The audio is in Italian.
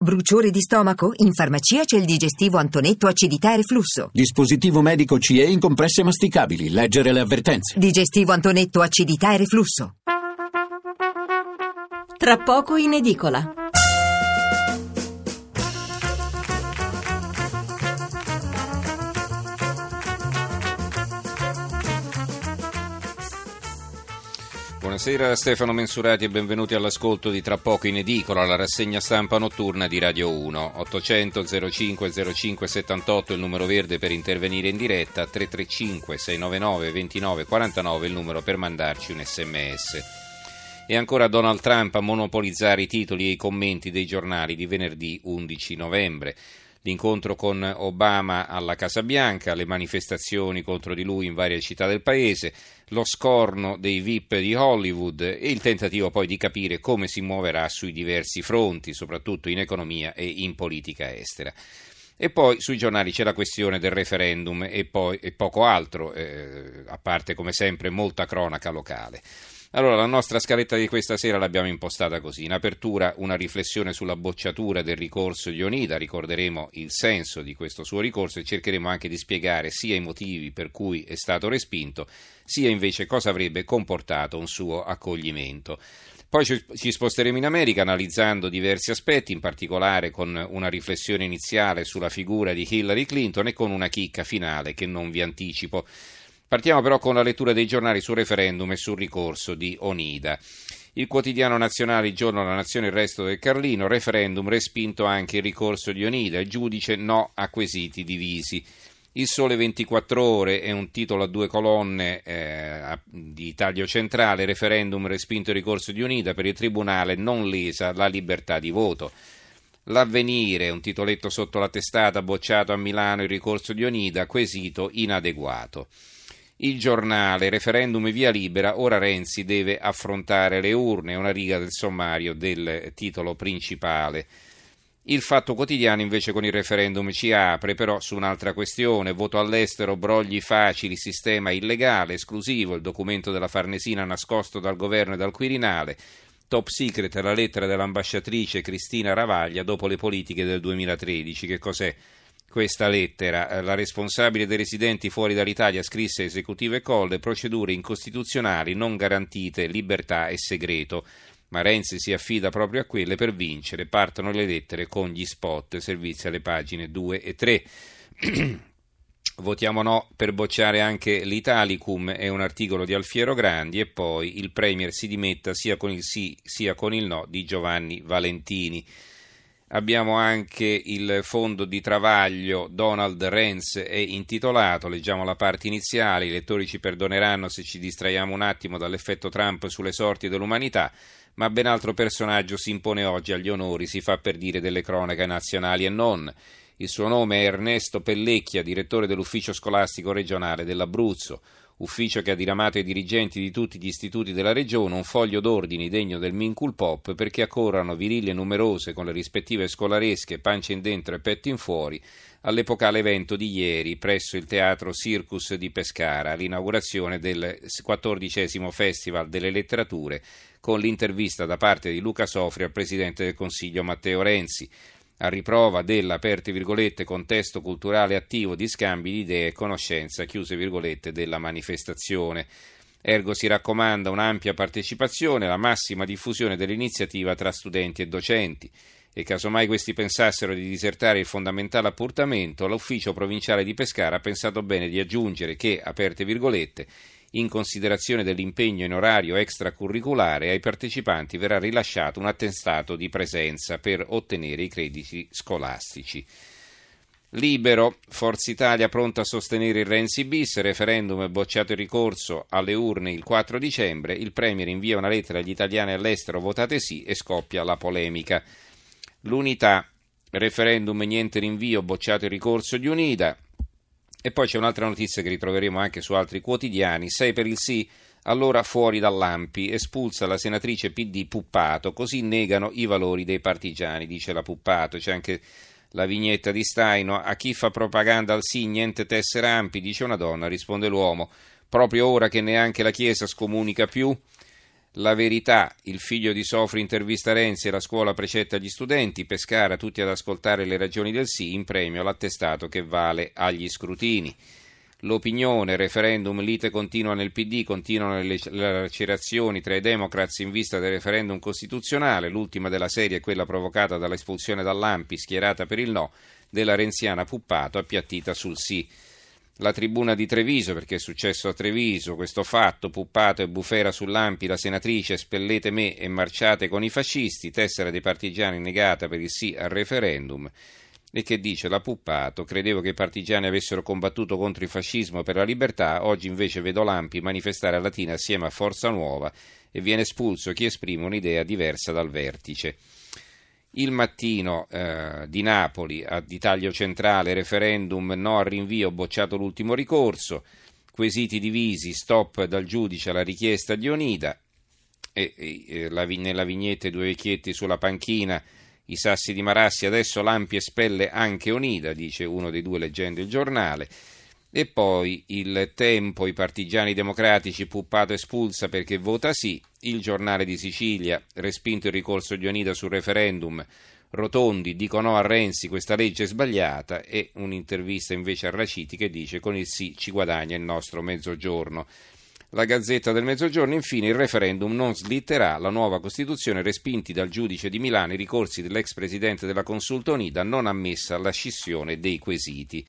Bruciore di stomaco? In farmacia c'è il digestivo Antonetto acidità e reflusso. Dispositivo medico CE in compresse masticabili. Leggere le avvertenze. Digestivo Antonetto acidità e reflusso. Tra poco in edicola. Buonasera, Stefano Mensurati e benvenuti all'ascolto di Tra poco in edicola, la rassegna stampa notturna di Radio 1. 800 05 05 78 il numero verde per intervenire in diretta, 335 699 29 49 il numero per mandarci un sms. E ancora Donald Trump a monopolizzare i titoli e i commenti dei giornali di venerdì 11 novembre. L'incontro con Obama alla Casa Bianca, le manifestazioni contro di lui in varie città del paese, lo scorno dei VIP di Hollywood e il tentativo poi di capire come si muoverà sui diversi fronti, soprattutto in economia e in politica estera. E poi sui giornali c'è la questione del referendum e poco altro, a parte come sempre molta cronaca locale. Allora, la nostra scaletta di questa sera l'abbiamo impostata così. In apertura una riflessione sulla bocciatura del ricorso di Onida, ricorderemo il senso di questo suo ricorso e cercheremo anche di spiegare sia i motivi per cui è stato respinto, sia invece cosa avrebbe comportato un suo accoglimento. Poi ci sposteremo in America analizzando diversi aspetti, in particolare con una riflessione iniziale sulla figura di Hillary Clinton e con una chicca finale che non vi anticipo. Partiamo però con la lettura dei giornali sul referendum e sul ricorso di Onida. Il quotidiano nazionale Il Giorno, La Nazione, Il Resto del Carlino, referendum respinto anche il ricorso di Onida, il giudice no a quesiti divisi. Il Sole 24 Ore è un titolo a due colonne di taglio centrale, referendum respinto il ricorso di Onida, per il tribunale non lesa la libertà di voto. L'Avvenire, un titoletto sotto la testata, bocciato a Milano il ricorso di Onida, quesito inadeguato. Il Giornale, referendum via libera, ora Renzi deve affrontare le urne, una riga del sommario del titolo principale. Il Fatto Quotidiano invece con il referendum ci apre però su un'altra questione, voto all'estero, brogli facili, sistema illegale, esclusivo, il documento della Farnesina nascosto dal governo e dal Quirinale, top secret la lettera dell'ambasciatrice Cristina Ravaglia dopo le politiche del 2013, che cos'è? Questa lettera, la responsabile dei residenti fuori dall'Italia scrisse esecutivo e Colle, procedure incostituzionali, non garantite, libertà e segreto. Ma Renzi si affida proprio a quelle per vincere, partono le lettere con gli spot, servizi alle pagine 2 e 3. Votiamo no per bocciare anche l'Italicum, è un articolo di Alfiero Grandi, e poi il Premier si dimetta sia con il sì sia con il no di Giovanni Valentini. Abbiamo anche il fondo di travaglio Donald Renz è intitolato, leggiamo la parte iniziale, i lettori ci perdoneranno se ci distraiamo un attimo dall'effetto Trump sulle sorti dell'umanità, ma ben altro personaggio si impone oggi agli onori, si fa per dire delle cronache nazionali e non. Il suo nome è Ernesto Pellecchia, direttore dell'ufficio scolastico regionale dell'Abruzzo, ufficio che ha diramato ai dirigenti di tutti gli istituti della regione un foglio d'ordini degno del Minculpop perché accorrano virillie numerose con le rispettive scolaresche, pancia in dentro e petto in fuori, all'epocale evento di ieri presso il Teatro Circus di Pescara, l'inaugurazione del 14° Festival delle Letterature, con l'intervista da parte di Luca Sofri al Presidente del Consiglio Matteo Renzi, a riprova della, aperte virgolette, contesto culturale attivo di scambi di idee e conoscenza, chiuse virgolette, della manifestazione. Ergo si raccomanda un'ampia partecipazione, la massima diffusione dell'iniziativa tra studenti e docenti. E casomai questi pensassero di disertare il fondamentale appuntamento, l'ufficio provinciale di Pescara ha pensato bene di aggiungere che, aperte virgolette, in considerazione dell'impegno in orario extracurriculare, ai partecipanti verrà rilasciato un attestato di presenza per ottenere i crediti scolastici. Libero, Forza Italia pronta a sostenere il Renzi bis, referendum bocciato il ricorso alle urne il 4 dicembre, il Premier invia una lettera agli italiani all'estero, votate sì, e scoppia la polemica. L'Unità, referendum niente rinvio, bocciato il ricorso di Onida. E poi c'è un'altra notizia che ritroveremo anche su altri quotidiani, 6 per il sì, allora fuori dall'Ampi, espulsa la senatrice PD Puppato, così negano i valori dei partigiani, dice la Puppato. C'è anche la vignetta di Staino, a chi fa propaganda al sì niente tessere Ampi, dice una donna, risponde l'uomo, proprio ora che neanche la Chiesa scomunica più. La Verità, il figlio di Sofri intervista Renzi e la scuola precetta gli studenti, Pescara tutti ad ascoltare le ragioni del sì, in premio l'attestato che vale agli scrutini. L'Opinione, referendum, lite continua nel PD, continuano le lacerazioni tra i Democrats in vista del referendum costituzionale, l'ultima della serie è quella provocata dall'espulsione dall'ANPI, schierata per il no, della renziana Puppato, appiattita sul sì. La Tribuna di Treviso, perché è successo a Treviso questo fatto, Puppato e bufera sull'ANPI, la senatrice spellete me e marciate con i fascisti, tessera dei partigiani negata per il sì al referendum. E che dice la Puppato, credevo che i partigiani avessero combattuto contro il fascismo per la libertà, oggi invece vedo l'ANPI manifestare a Latina assieme a Forza Nuova e viene espulso chi esprime un'idea diversa dal vertice. Il Mattino di Napoli, di taglio centrale, referendum, no al rinvio, bocciato l'ultimo ricorso, quesiti divisi, stop dal giudice alla richiesta di Onida, nella vignetta due vecchietti sulla panchina, i sassi di Marassi, adesso l'ANPI espelle anche Onida, dice uno dei due leggendo il giornale. E poi il Tempo, i partigiani democratici, Puppato espulsa perché vota sì, il Giornale di Sicilia, respinto il ricorso di Onida sul referendum, Rotondi, dico no a Renzi, questa legge è sbagliata, e un'intervista invece a Raciti che dice con il sì ci guadagna il nostro Mezzogiorno. La Gazzetta del Mezzogiorno, infine, il referendum non slitterà, la nuova Costituzione, respinti dal giudice di Milano i ricorsi dell'ex presidente della Consulta Onida, non ammessa la scissione dei quesiti.